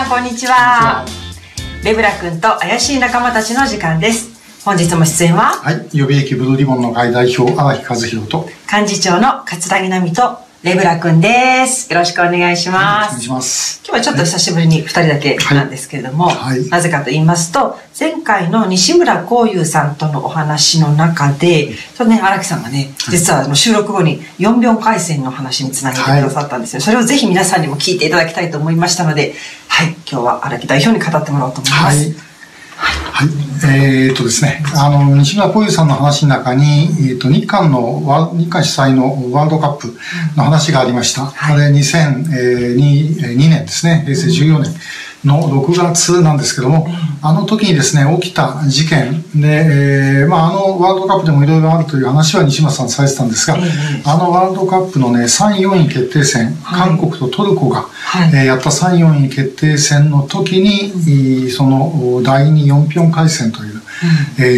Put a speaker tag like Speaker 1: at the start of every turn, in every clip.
Speaker 1: さんこんにちは。レブラ君と怪しい仲間たちの時間です。本日も出演は、
Speaker 2: はい、予備役ブルーリボンの会代表荒木和弘と
Speaker 1: 幹事長の桂木奈美とレブラ君です。よろしくお願いします。
Speaker 2: お願いします。
Speaker 1: 今日はちょっと久しぶりに2人だけなんですけれども、なぜかと言いますと、前回の西村光雄さんとのお話の中で、荒木さんがね、実は収録後に4回戦の話につなげてくださったんですよ。それをぜひ皆さんにも聞いていただきたいと思いましたので、はい、今日は荒木代表に語ってもらおうと思います。
Speaker 2: はい、ですね、西村光雄さんの話の中に、日韓主催のワールドカップの話がありました。あれ、2002年ですね、平成14年の6月なんですけども、あの時にですね、起きた事件で、ワールドカップでもいろいろあるという話は西村さんされてたんですが、あのワールドカップのね、3位4位決定戦、韓国とトルコが、やった3位4位決定戦の時に、その第2、4回戦という、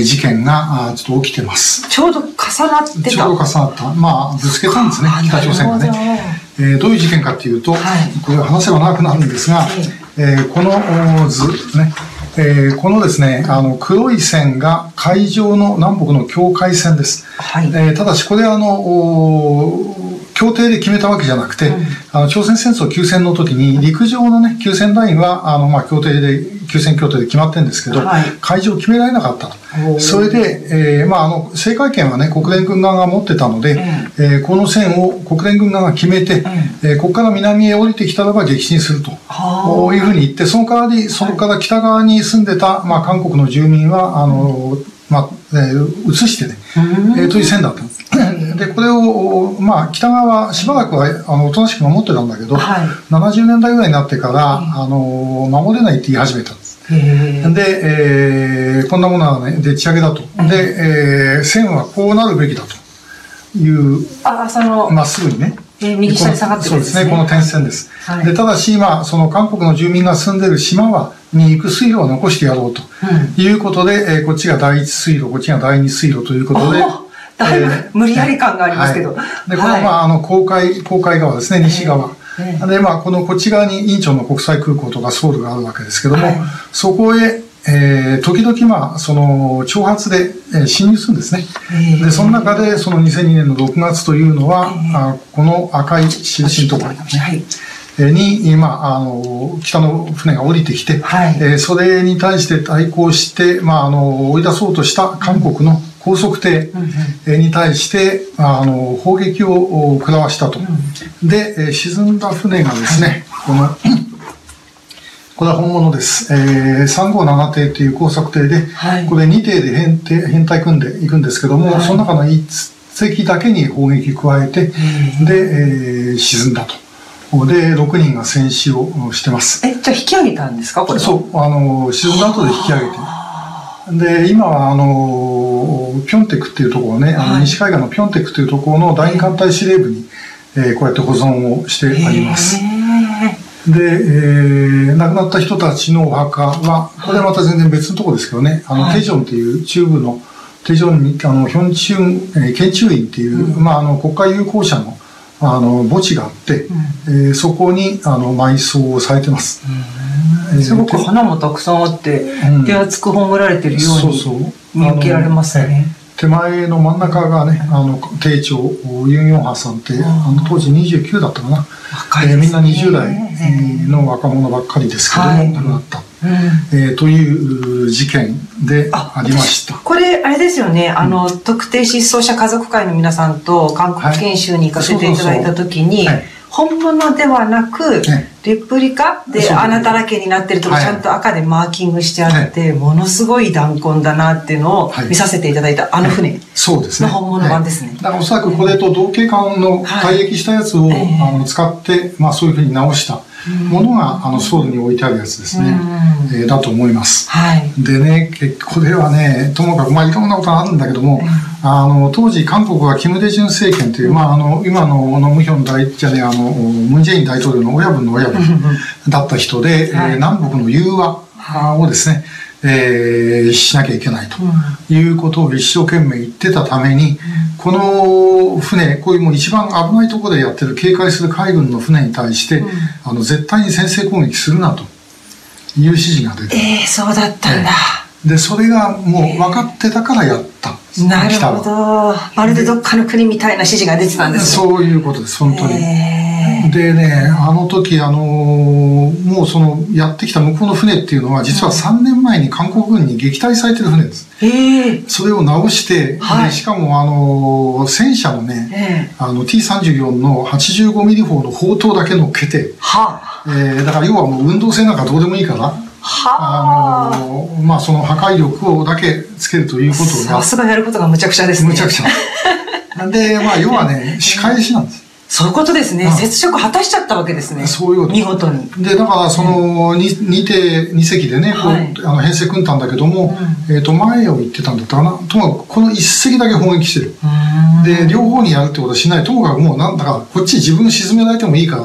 Speaker 2: 事件がちょっと起きてます。
Speaker 1: ちょうど重なってた。
Speaker 2: ちょうど重なった。ぶつけたんですね、北朝鮮がね。どういう事件かというと、これを話せば長くなるんですが、この図ね、このですね、黒い線が海上の南北の境界線です。ただしこれは協定で決めたわけじゃなくて、朝鮮戦争休戦の時に陸上のね、休戦ラインは休戦協定で決まってるんですけど、海上を決められなかったと。それで、制海権はね、国連軍側が持ってたので、この線を国連軍側が決めて、ここから南へ降りてきたらば撃沈するというふうに言って、その代わり、そこから北側に住んでた、韓国の住民は、移してね、という線だったんです。で、これを、北側はしばらくは、おとなしく守ってたんだけど、70年代ぐらいになってから、守れないって言い始めたんです。で、こんなものはね、でっち上げだと。で、線はこうなるべきだという、まっすぐにね。
Speaker 1: 右下に下がってるんですね。
Speaker 2: そうですね、この点線です。で、ただし今、その韓国の住民が住んでる島に行く水路を残してやろうということで、こっちが第一水路、こっちが第二水路ということで、
Speaker 1: だいぶ無理やり感がありますけど。
Speaker 2: で、この黄海側ですね、西側。で、こっち側にインチョンの国際空港とかソウルがあるわけですけども、そこへ、時々その挑発で侵入するんですね。で、その中でその2002年の6月というのは、この赤い印のところに、北の船が降りてきて、それに対して対抗して、追い出そうとした韓国の高速艇に対して、砲撃を食らわしたと。で、沈んだ船がですね、これは本物です。357艇という高速艇で、これ2艇で編隊組んでいくんですけども、その中の1隻だけに砲撃を加えて、で、沈んだと。で、6人が戦死をしてます。
Speaker 1: じゃあ引き上げたんですか、これは？
Speaker 2: そう、沈んだ後で引き上げて。で、今は、ピョンテクっていうところね、西海岸のピョンテクというところの第二艦隊司令部に、こうやって保存をしてあります。で、亡くなった人たちのお墓は、これはまた全然別のところですけどね、テジョンっていう中部の、テジョンに、建中院っていう、国家友好者の、墓地があって、そこに、埋葬されてます。
Speaker 1: すごく花もたくさんあって、手厚く葬られてるように見受けられますね。
Speaker 2: 手前の真ん中がね、艇長、ユン・ヨンハさんって、当時29だったかな。みんな20代の若者ばっかりですけども、亡くなった。という事件でありました。
Speaker 1: これ、あれですよね、特定失踪者家族会の皆さんと韓国研修に行かせていただいたときに、本物ではなく、レプリカで穴だらけになってるとこちゃんと赤でマーキングしてあって、ものすごい弾痕だなっていうのを見させていただいたあの船の本物版ですね。
Speaker 2: だからおそらくこれと同型艦の退役したやつを使って、そういうふうに直したものがソウルに置いてあるやつですね。だと思います。でね、これはね、ともかくいろんなことがあるんだけども、当時韓国はキム・デジュン政権という、今のムヒョン大じゃね、ムン・ジェイン大統領の親分の親分だった人で、南北の融和をですね、しなきゃいけないということを一生懸命言ってたために、この船、こういうもう一番危ないところでやってる警戒する海軍の船に対して、絶対に先制攻撃するなという指示が出て、
Speaker 1: そうだったんだ。
Speaker 2: でそれがもう分かってたからやった。
Speaker 1: なるほど。まるでどっかの国みたいな指示が出てたんですね。
Speaker 2: そういうことです、本当に。でね、あの時もうそのやってきた向こうの船っていうのは実は3年前に韓国軍に撃退されてる船です。それを直して、でしかも戦車のね、T34 の 85mm 砲の砲塔だけ乗っけて、だから要はもう運動性なんかどうでもいいから、まあその破壊力をだけつけるということが、
Speaker 1: さすがやることがむちゃくちゃですね。
Speaker 2: むちゃくちゃ。で、まあ要はね、仕返しなんです。
Speaker 1: そういうことですね。雪辱果たしちゃったわけですね。
Speaker 2: そういうこと。
Speaker 1: 見事に。
Speaker 2: で、だからその2隻でね、編成組んだんだけども、前を行ってたんだったかな。ともかくこの1隻だけ砲撃してる。で、両方にやるってことはしない。ともかくもうなんだかこっち自分沈められてもいいから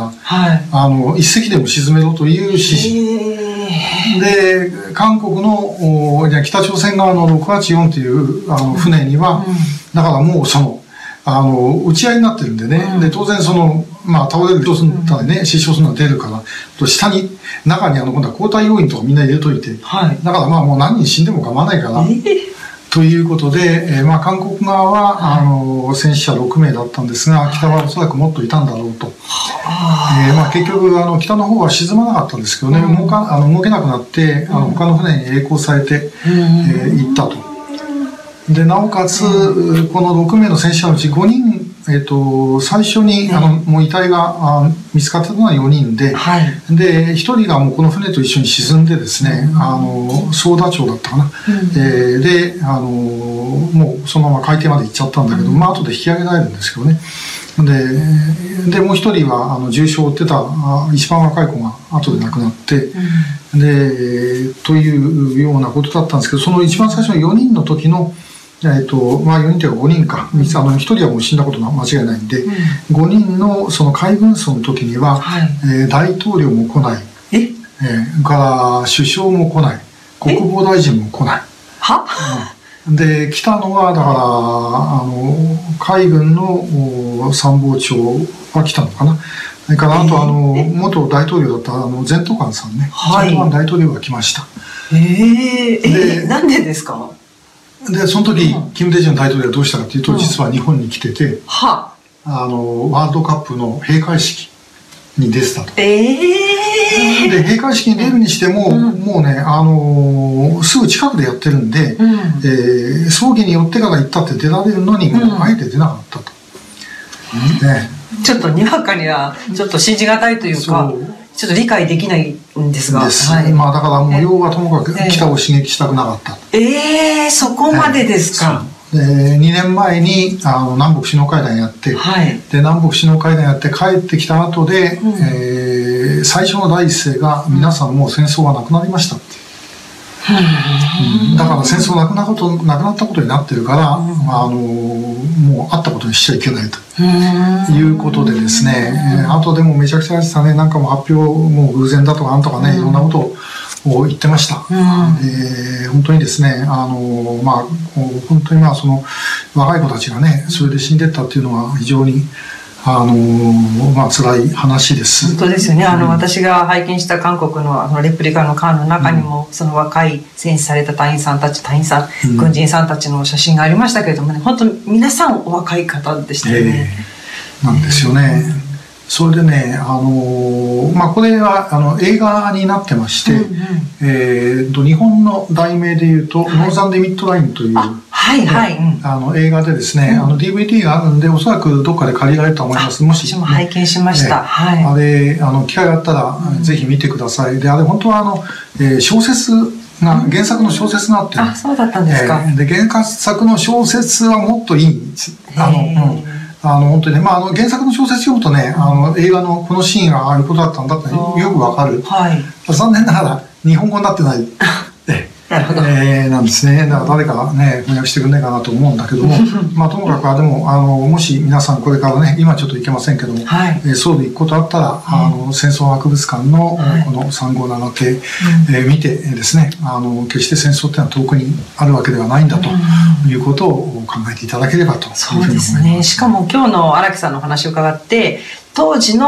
Speaker 2: 、1隻でも沈めろという指示。で、韓国の北朝鮮側の684という船には、だからもうその、打ち合いになってるんでね、で当然その、まあ、倒れる人すんだね、死傷するのが出るから、下に、中に今度は交代要員とかみんな入れといて、だからまあもう何人死んでも構わないから、ということで、まあ、韓国側は、戦死者6名だったんですが、北はおそらくもっといたんだろうと。まあ、結局、北の方は沈まなかったんですけどね、動けなくなって、他の船に曳航されて、行ったと。で、なおかつ、この6名の戦死者のうち5人、最初に、もう遺体が見つかったのは4人で、で、1人がもうこの船と一緒に沈んでですね、ソーダ町だったかな。で、もうそのまま海底まで行っちゃったんだけど、まあ、後で引き上げられるんですけどね。で、もう1人は、重傷を負ってた、一番若い子が後で亡くなって、で、というようなことだったんですけど、その一番最初の4人の時の、まあ4人というか5人か。1人はもう死んだことが間違いないんで、5人のその海軍曹の時には、大統領も来ない。から首相も来ない。国防大臣も来ない。で、来たのは、だから、海軍の参謀長は来たのかな。それから、あと、元大統領だった全斗煥さんね。全斗煥大統領が来ました。
Speaker 1: なんでですか？
Speaker 2: で、その時、金大中の大統領はどうしたかというと、実は日本に来てて、ワールドカップの閉会式に出てたと。で、閉会式に出るにしても、もうね、すぐ近くでやってるんで、葬儀によってから行ったって出られるのに、もうあえて出なかったと。
Speaker 1: ちょっとにわかには、ちょっと信じがたいというか、ちょっと理解できないんですが。
Speaker 2: まあだからもう要はともかく北を刺激したくなかった。
Speaker 1: そこまでですか。
Speaker 2: で、2年前に南北首脳会談やって、で、南北首脳会談やって帰ってきた後で、最初の第一声が皆さんもう戦争はなくなりましたって。だから戦争なくなったことになってるから、もうあったことにしちゃいけないということでですね、あとでもめちゃくちゃでしたね、なんかも発表も偶然だとかなんとかね、いろんなことを言ってました。本当にですね、まあ、本当にまあその若い子たちがね、それで死んでったっていうのは非常にまあ辛い話です。
Speaker 1: 本当ですよね。私が拝見した韓国のレプリカの艦の中にも、その若い戦死された軍人さんたちの写真がありましたけれどもね、本当皆さんお若い方でしたよね。
Speaker 2: なんですよね。それでね、まあこれは映画になってまして、日本の題名で言うと、ノーザンデミッドラインという。映画でですね、DVD があるんで、おそらくどっかで借りられると思います。もし、
Speaker 1: 私も拝見しました。
Speaker 2: あれ、機会があったら、ぜひ見てください。で、あれ、本当は小説が、原作の小説があって、
Speaker 1: そうだったんですか。
Speaker 2: で、原作の小説はもっといいんです。本当にね、まあ、原作の小説読むとね、映画のこのシーンがああいうことだったんだってよくわかる。残念ながら、日本語になってない。なんですね。だから誰かね、翻訳してくれないかなと思うんだけども、まあともかくでも、もし皆さんこれからね、今ちょっと行けませんけども、ソウル行くことあったら、戦争博物館のこの357系、見てですね、決して戦争っていうのは遠くにあるわけではないんだということを考えていただければというふうに思います。
Speaker 1: そうですね。しかも今日の荒木さんの話を伺って、当時の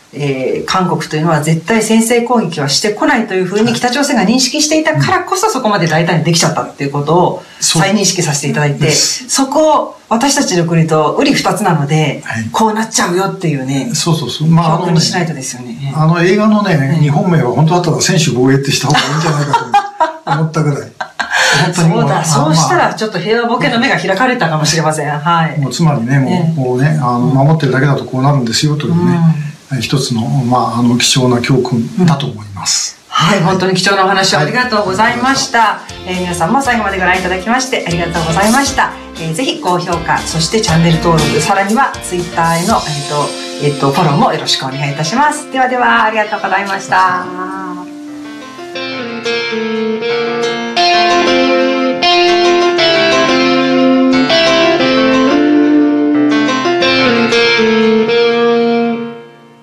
Speaker 1: 韓国というのは絶対先制攻撃はしてこないというふうに北朝鮮が認識していたからこそそこまで大胆にできちゃったっていうことを再認識させていただいて、そこを私たちの国と瓜二つなので、こうなっちゃうよっていうね、
Speaker 2: そうそうそう、
Speaker 1: 教訓にしないとですよね。
Speaker 2: 映画のね、日本名は本当だったら専守防衛ってした方がいいんじゃないかと思ったぐらい。
Speaker 1: そうだ、そうしたらちょっと平和ボケの目が開かれたかもしれません。はい。
Speaker 2: もうつまりね、もうね、守ってるだけだとこうなるんですよというね、一つの、貴重な教訓だと思います。
Speaker 1: はい、本当に貴重なお話をありがとうございました。皆さんも最後までご覧いただきましてありがとうございました。ぜひ高評価、そしてチャンネル登録、さらにはツイッターへの、フォローもよろしくお願いいたします。ではでは、ありがとうございました。